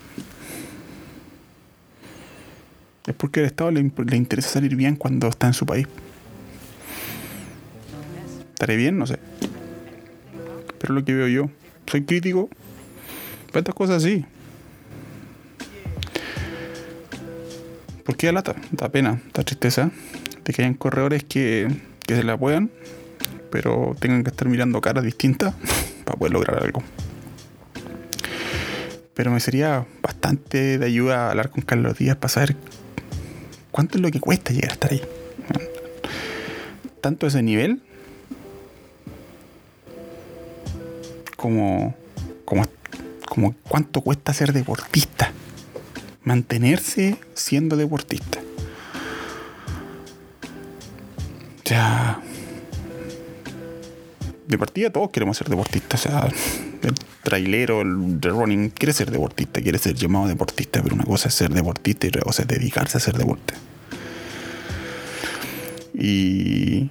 es porque al Estado le, le interesa salir bien cuando está en su país. ¿Estaré bien? No sé. Pero es lo que veo yo. Soy crítico. Pero estas cosas sí. ¿Por qué da lata? Da pena, da tristeza de que hayan corredores que, que se la puedan, pero tengan que estar mirando caras distintas para poder lograr algo. Pero me sería bastante de ayuda hablar con Carlos Díaz para saber cuánto es lo que cuesta llegar a estar ahí. Tanto ese nivel como, como, como cuánto cuesta ser deportista. Mantenerse siendo deportista. O sea, de partida todos queremos ser deportistas. O sea, el trailero, el de running quiere ser deportista, quiere ser llamado deportista, pero una cosa es ser deportista y otra cosa es dedicarse a hacer deporte. Y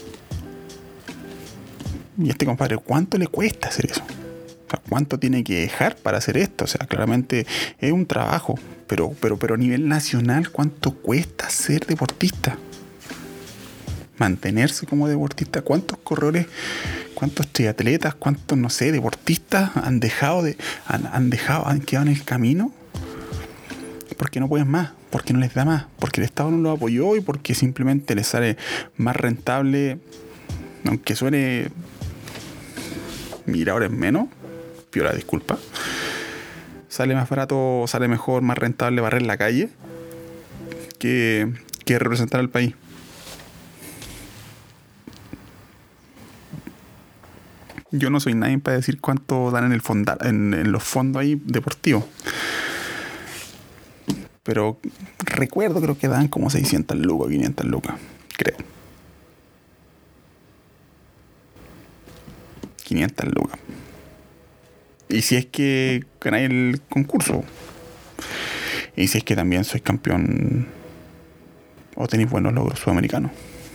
y este compadre, ¿cuánto le cuesta hacer eso? O sea, ¿cuánto tiene que dejar para hacer esto? O sea, claramente es un trabajo, pero, pero, pero a nivel nacional, ¿cuánto cuesta ser deportista? Mantenerse como deportista. ¿Cuántos corredores, cuántos triatletas, cuántos, no sé, deportistas han dejado de, han, han dejado, han quedado en el camino? Porque no pueden más, porque no les da más, porque el Estado no los apoyó y porque simplemente les sale más rentable, aunque suene, mira, ahora es menos, piola, disculpa, sale más barato, sale mejor, más rentable barrer la calle que, que representar al país. Yo no soy nadie para decir cuánto dan en el fonda, en, en los fondos ahí deportivos, pero recuerdo, creo que dan como seiscientas lucas, quinientas lucas, creo. quinientas lucas. Y si es que ganáis el concurso. Y si es que también sois campeón o tenéis buenos logros sudamericanos.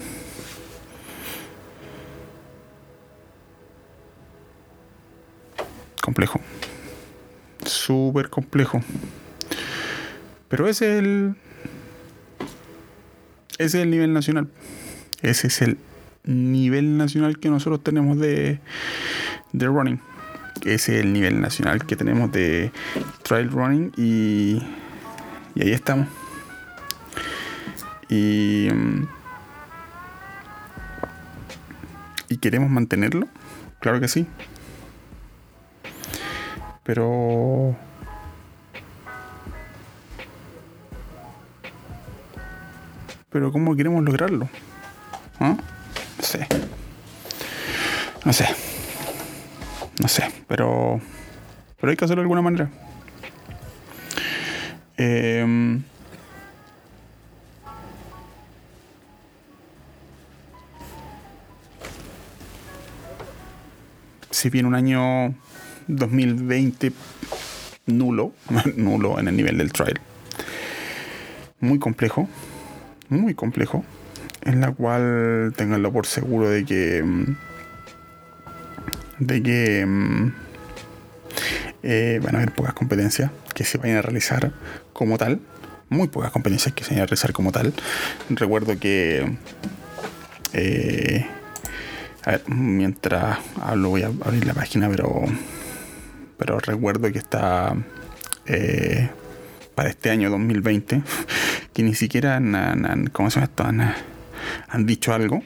Complejo. Súper complejo. Pero ese es el... Ese es el nivel nacional. Ese es el nivel nacional que nosotros tenemos de, de running. Ese es el nivel nacional que tenemos de trail running y, y ahí estamos. Y, y queremos mantenerlo, claro que sí. Pero pero ¿cómo queremos lograrlo? ¿no? No sé. No sé. No sé, pero... Pero hay que hacerlo de alguna manera. Eh, si bien un año dos mil veinte nulo, nulo en el nivel del trial, muy complejo, muy complejo, en la cual tenganlo por seguro de que de que eh, van a haber pocas competencias que se vayan a realizar como tal, muy pocas competencias que se vayan a realizar como tal. Recuerdo que eh, a ver, mientras hablo voy a abrir la página, pero pero recuerdo que está eh, para este año dos mil veinte que ni siquiera han, han, ¿cómo se llama esto? Han, han dicho algo.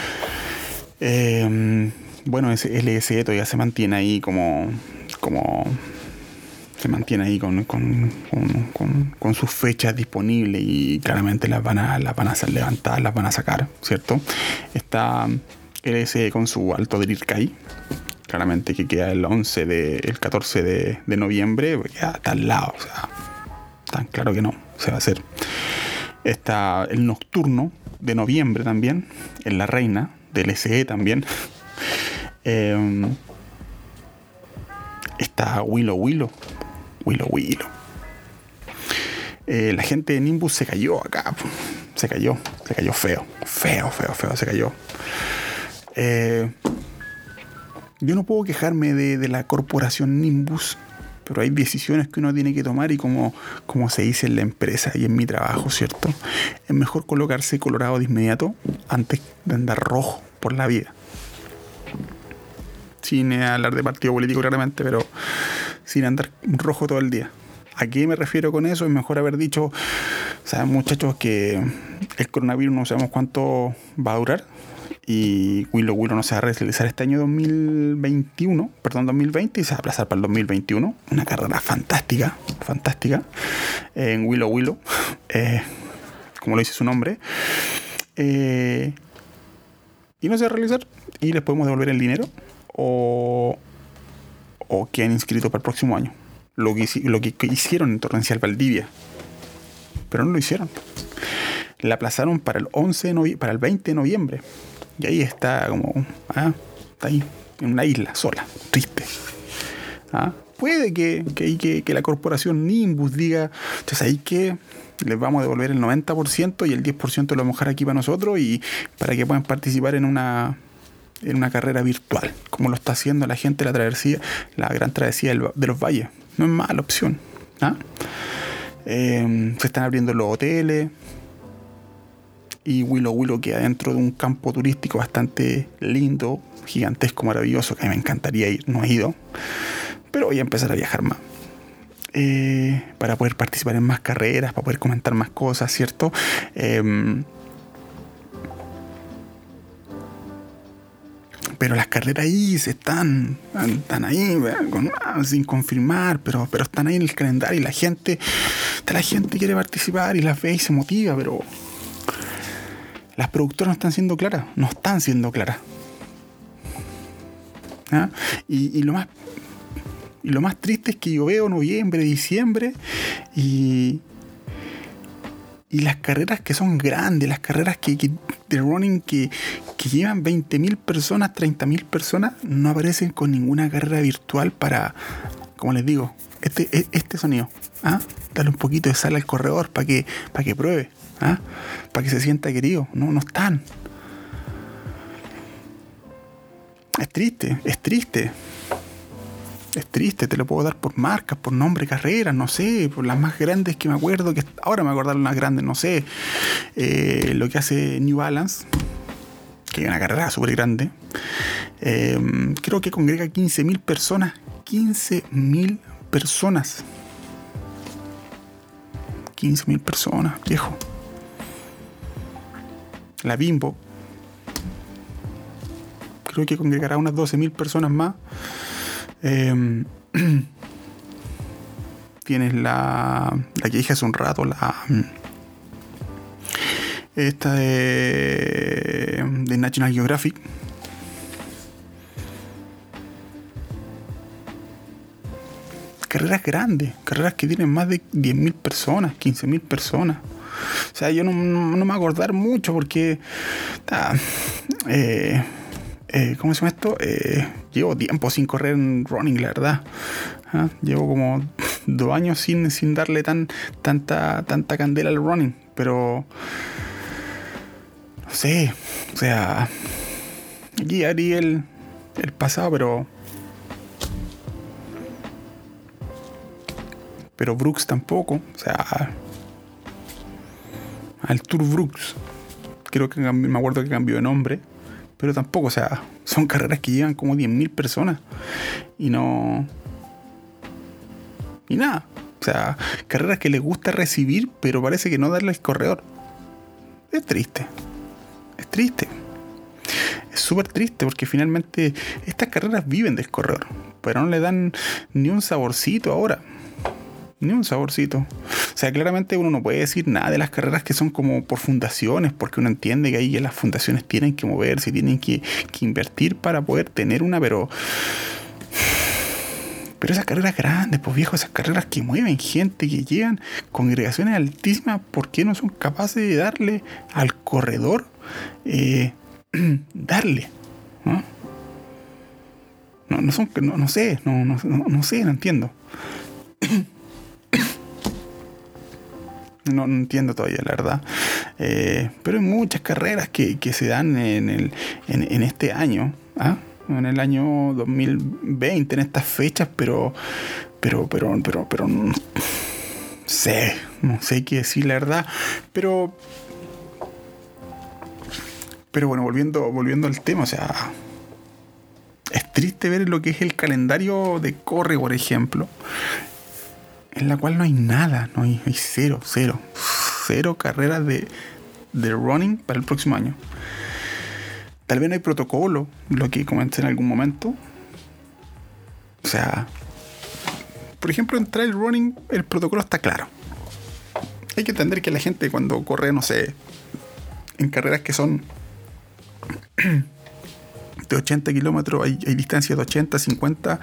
Eh, bueno, ese L S E todavía se mantiene ahí como como se mantiene ahí con, con, con, con, con sus fechas disponibles y claramente las van a las van a ser levantadas, las van a sacar, ¿cierto? Está L S E con su Alto del Ircay, claramente que queda el once de, el catorce de, de noviembre, queda hasta al lado, o sea, tan claro que no, se va a hacer. Está el Nocturno de noviembre también, en La Reina, del L S E también. Eh, está Willow Willow. Willow Willow. Eh, la gente de Nimbus se cayó acá. Se cayó. Se cayó feo. Feo, feo, feo. Se cayó. Eh, yo no puedo quejarme de, de la corporación Nimbus, pero hay decisiones que uno tiene que tomar y como, como se dice en la empresa y en mi trabajo, ¿cierto? Es mejor colocarse colorado de inmediato antes de andar rojo por la vida. Sin hablar de partido político claramente, pero sin andar rojo todo el día. ¿A qué me refiero con eso? Es mejor haber dicho, saben muchachos, que el coronavirus no sabemos cuánto va a durar y Willow Willow no se va a realizar este año dos mil veintiuno, perdón, dos mil veinte, y se va a aplazar para el dos mil veintiuno. Una carrera fantástica, fantástica en Willow Willow, eh, como lo dice su nombre. Eh, y no se va a realizar y les podemos devolver el dinero o, o que han inscrito para el próximo año. Lo que, lo que hicieron en Torrencial Valdivia, pero no lo hicieron. La aplazaron para el once de novie- para el veinte de noviembre. Y ahí está como, ah, está ahí, en una isla sola, triste. ¿Ah? Puede que, que, que, que la corporación Nimbus diga, entonces ahí que les vamos a devolver el noventa por ciento y el diez por ciento lo vamos a dejar aquí para nosotros y para que puedan participar en una en una carrera virtual, como lo está haciendo la gente de la travesía, la gran travesía del, de los valles. No es mala opción. ¿Ah? Eh, se están abriendo los hoteles y Willow Willow queda dentro de un campo turístico bastante lindo, gigantesco, maravilloso, que a mí me encantaría ir, no he ido, pero voy a empezar a viajar más. Eh, para poder participar en más carreras, para poder comentar más cosas, ¿cierto? Eh, pero las carreras ahí se están, están ahí, con, sin confirmar, pero, pero están ahí en el calendario y la gente, la gente quiere participar y las ve y se motiva, pero las productoras no están siendo claras, no están siendo claras. ¿Ah? Y, y lo más y lo más triste es que yo veo noviembre, diciembre y y las carreras que son grandes, las carreras que, que de running que, que llevan veinte mil personas, treinta mil personas, no aparecen con ninguna carrera virtual para, como les digo, este, este sonido. ¿Ah? Dale un poquito de sal al corredor para que, para que pruebe, ¿ah? Para que se sienta querido. No, no están. Es triste, es triste. Es triste, te lo puedo dar por marcas, por nombre, carreras, no sé, por las más grandes que me acuerdo, que ahora me acuerdo de las grandes, no sé, eh, lo que hace New Balance, que es una carrera súper grande, eh, creo que congrega quince mil personas, quince mil personas, quince mil personas, viejo. La Bimbo, creo que congregará unas doce mil personas más. Eh, tienes la la que dije hace un rato, la esta de, de National Geographic. Carreras grandes, carreras que tienen más de diez mil personas, quince mil personas. O sea, yo no, no, no me voy a acordar mucho porque ta, eh, eh, ¿cómo se llama esto? Eh, llevo tiempo sin correr en running, la verdad. ¿Ah? Llevo como dos años sin, sin darle tan, tanta, tanta candela al running, pero no sé, o sea, aquí haría el, el pasado, pero pero Brooks tampoco, o sea, al Tour Brooks, creo que me acuerdo que cambió de nombre, pero tampoco, o sea, son carreras que llevan como diez mil personas y no, y nada, o sea, carreras que les gusta recibir, pero parece que no darle al corredor. Es triste, es triste, es súper triste porque finalmente estas carreras viven del corredor, pero no le dan ni un saborcito ahora. Ni un saborcito. O sea, claramente uno no puede decir nada de las carreras que son como por fundaciones, porque uno entiende que ahí ya las fundaciones tienen que moverse, tienen que, que invertir para poder tener una, pero... Pero esas carreras grandes, pues viejo, esas carreras que mueven gente, que llegan congregaciones altísimas, ¿por qué no son capaces de darle al corredor? Eh, darle, ¿no? No, no son, no, no sé, no, no, no, no sé, no entiendo. No, no entiendo todavía, la verdad. Eh, pero hay muchas carreras que, que se dan en, el, en, en este año, ¿ah? En el año dos mil veinte, en estas fechas, pero, pero, pero, pero, pero, no sé, no sé qué decir, la verdad. Pero, pero bueno, volviendo, volviendo al tema, o sea, es triste ver lo que es el calendario de Corre, por ejemplo, en la cual no hay nada, no hay, hay cero, cero, cero carreras de, de running para el próximo año. Tal vez no hay protocolo, lo que comenté en algún momento. O sea, por ejemplo, en trail running el protocolo está claro. Hay que entender que la gente cuando corre, no sé, en carreras que son de ochenta kilómetros, hay, hay distancias de ochenta, cincuenta...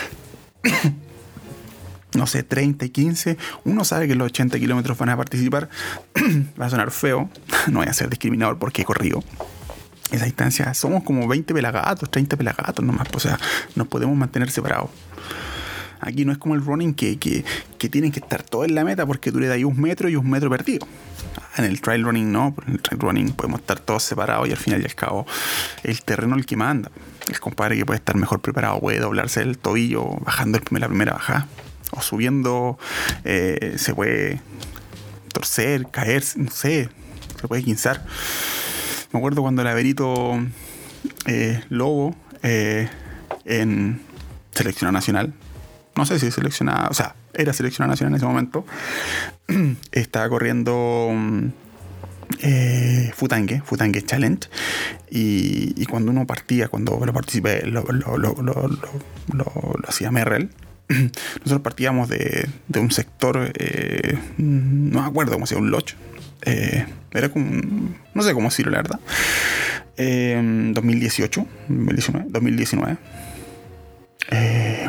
no sé, treinta y quince, uno sabe que los ochenta kilómetros van a participar. Va a sonar feo, no voy a ser discriminador porque he corrido esa distancia. Somos como veinte pelagatos, treinta pelagatos nomás, o sea, nos podemos mantener separados. Aquí no es como el running que, que, que tienen que estar todos en la meta porque tú le das un metro y un metro perdido. En el trail running no, en el trail running podemos estar todos separados y al final y al cabo el terreno es el que manda. El compadre que puede estar mejor preparado puede doblarse el tobillo bajando el, la primera bajada, o subiendo, eh, se puede torcer, caer, no sé, se puede quinzar. Me acuerdo cuando el Averito eh, Lobo eh, en seleccionado nacional, no sé si seleccionada, o sea, era seleccionado nacional en ese momento, estaba corriendo eh, Futangue, Futangue Challenge, y, y cuando uno partía, cuando lo participé, lo, lo, lo, lo, lo, lo, lo hacía Merrell. Nosotros partíamos de, de un sector, eh, no me acuerdo cómo se llama, un lodge. Eh, era como, no sé cómo decirlo, la verdad. Eh, dos mil dieciocho, dos mil diecinueve. Eh,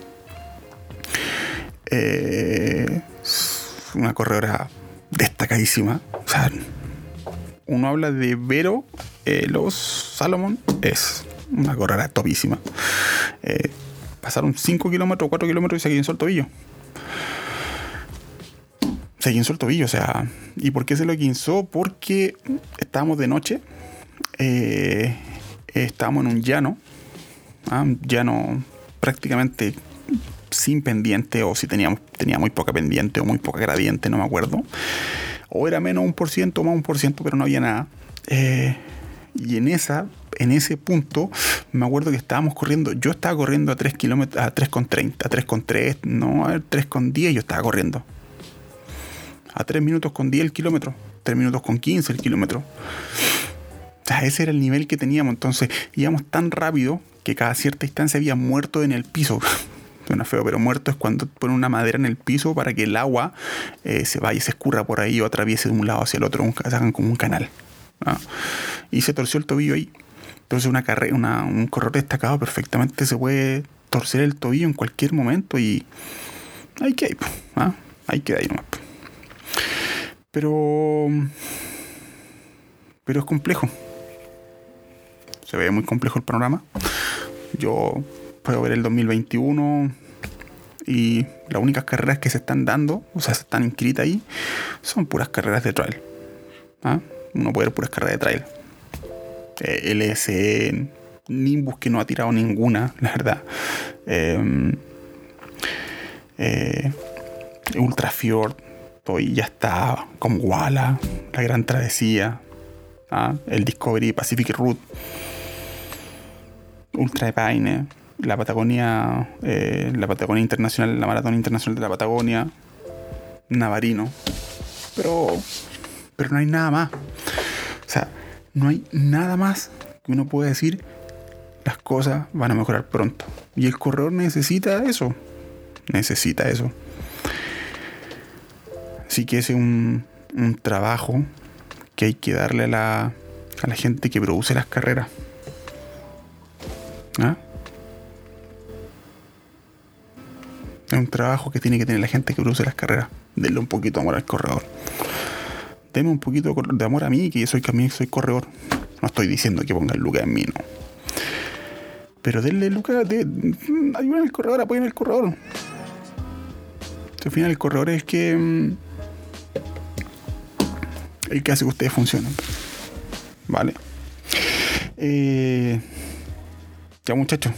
eh, una corredora destacadísima. O sea, uno habla de Vero eh, Los Salomon, es una corredora topísima. Eh, Pasaron cinco kilómetros, cuatro kilómetros y se quinzó el tobillo. Se quinzó el tobillo, o sea... ¿Y por qué se lo quinzó? Porque estábamos de noche. Eh, estábamos en un llano. ¿Ah? Un llano prácticamente sin pendiente. O si teníamos tenía muy poca pendiente o muy poca gradiente, no me acuerdo. O era menos un por ciento o más un por ciento, pero no había nada. Eh, y en esa... En ese punto, me acuerdo que estábamos corriendo. Yo estaba corriendo a tres kilómetros, a tres con treinta, a tres con tres, no, a tres con diez yo estaba corriendo. A tres minutos con diez el kilómetro, tres minutos con quince el kilómetro. O sea, ese era el nivel que teníamos. Entonces, íbamos tan rápido que cada cierta distancia había muerto en el piso. suena feo, pero muerto es cuando ponen una madera en el piso para que el agua eh, se vaya y se escurra por ahí o atraviese de un lado hacia el otro, un, se hagan como un canal, ¿no? Y se torció el tobillo ahí. Entonces una carrera, una, un corredor destacado perfectamente se puede torcer el tobillo en cualquier momento y hay que ir, ¿no? Hay que ir nomás. Pero pero es complejo. Se ve muy complejo el panorama. Yo puedo ver el dos mil veintiuno y las únicas carreras que se están dando, o sea, se están inscritas ahí, son puras carreras de trail. ¿Ah? Uno puede ver puras carreras de trail. Eh, L S E, Nimbus, que no ha tirado ninguna, la verdad. Eh, eh, Ultra Fjord, hoy ya está con Wala, la Gran Travesía, ¿ah? El Discovery Pacific Route, Ultra Paine, la Patagonia, eh, la Patagonia Internacional, la Maratón Internacional de la Patagonia, Navarino, pero, pero no hay nada más. O sea, no hay nada más que uno pueda decir las cosas van a mejorar pronto. Y el corredor necesita eso. Necesita eso. Así que ese es un, un trabajo que hay que darle a la, a la gente que produce las carreras. ¿Ah? Es un trabajo que tiene que tener la gente que produce las carreras. Denle un poquito de amor al corredor. Denme un poquito de amor a mí, que yo soy, que también soy corredor. No estoy diciendo que pongan lucas en mí, no. Pero denle lucas, de, ayuden al corredor, apoyen al corredor. Al final el corredor es que el que hace que ustedes funcionen. Vale. Eh, ya, muchachos.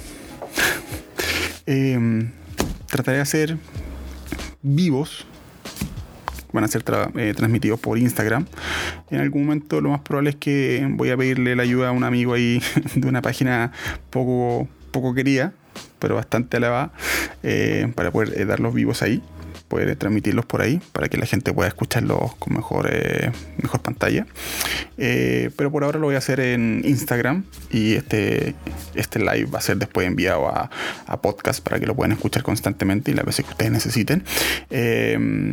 eh, trataré de hacer vivos. Van a ser tra- eh, transmitidos por Instagram. En algún momento lo más probable es que voy a pedirle la ayuda a un amigo ahí de una página poco, poco querida, pero bastante alabada, eh, para poder eh, dar los vivos ahí, poder eh, transmitirlos por ahí, para que la gente pueda escucharlos con mejor, eh, mejor pantalla. Eh, pero por ahora lo voy a hacer en Instagram y este, este live va a ser después enviado a, a podcast para que lo puedan escuchar constantemente y las veces que ustedes necesiten. Eh,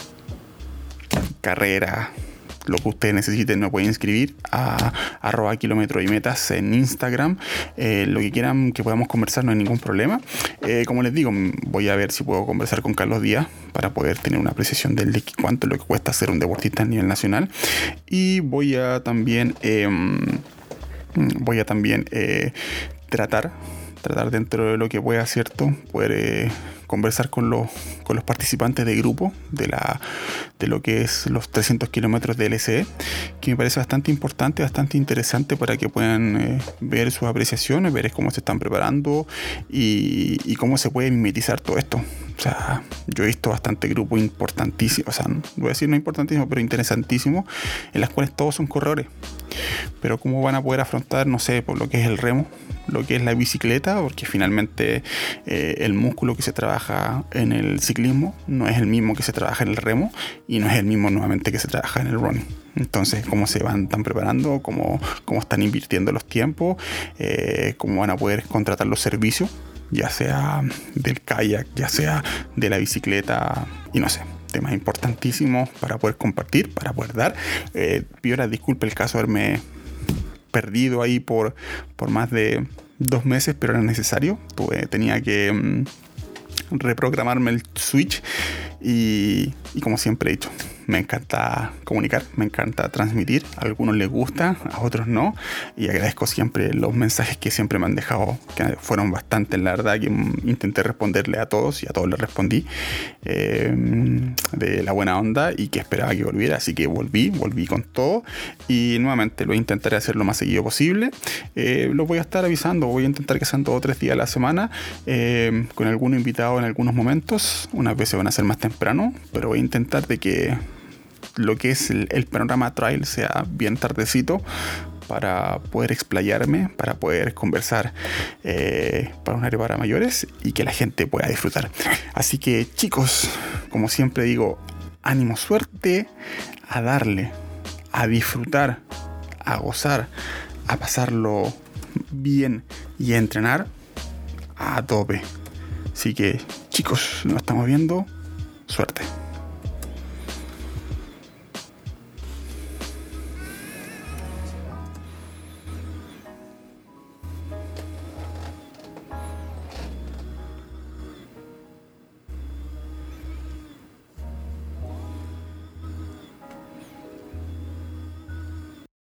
carrera, lo que ustedes necesiten, me pueden inscribir a arroba kilómetro y metas en Instagram. Eh, lo que quieran que podamos conversar, no hay ningún problema. Eh, como les digo, voy a ver si puedo conversar con Carlos Díaz para poder tener una apreciación de cuánto es lo que cuesta ser un deportista a nivel nacional. Y voy a también eh, voy a también eh, tratar tratar dentro de lo que pueda, ¿cierto? Poder eh, conversar con los, con los participantes de grupo de, la, de lo que es los trescientos kilómetros de L S E, que me parece bastante importante, bastante interesante para que puedan eh, ver sus apreciaciones, ver cómo se están preparando y, y cómo se puede mimetizar todo esto. O sea, yo he visto bastante grupos importantísimos, o sea, no voy a decir no importantísimos, pero interesantísimos, en las cuales todos son corredores. Pero cómo van a poder afrontar, no sé, por lo que es el remo, lo que es la bicicleta, porque finalmente eh, el músculo que se trabaja en el ciclismo no es el mismo que se trabaja en el remo y no es el mismo nuevamente que se trabaja en el running. Entonces, cómo se van están preparando, cómo, cómo están invirtiendo los tiempos, eh, cómo van a poder contratar los servicios, ya sea del kayak, ya sea de la bicicleta y no sé, temas importantísimos para poder compartir, para poder dar. Eh, pido la disculpa el caso de haberme perdido ahí por, por más de dos meses, pero era necesario. Tuve, tenía que um, reprogramarme el Switch y, y como siempre he dicho, me encanta comunicar, me encanta transmitir. A algunos les gusta, a otros no. Y agradezco siempre los mensajes que siempre me han dejado, que fueron bastantes, la verdad, que intenté responderle a todos y a todos les respondí eh, de la buena onda y que esperaba que volviera. Así que volví, volví con todo y nuevamente lo intentaré hacer lo más seguido posible. Eh, lo voy a estar avisando, voy a intentar que sean dos o tres días a la semana, eh, con algún invitado en algunos momentos. Unas veces van a ser más temprano, pero voy a intentar de que lo que es el, el panorama trail sea bien tardecito para poder explayarme, para poder conversar eh, para un área para mayores y que la gente pueda disfrutar. Así que chicos, como siempre digo, ánimo, suerte, a darle, a disfrutar, a gozar, a pasarlo bien y a entrenar a tope. Así que chicos, nos estamos viendo. Suerte.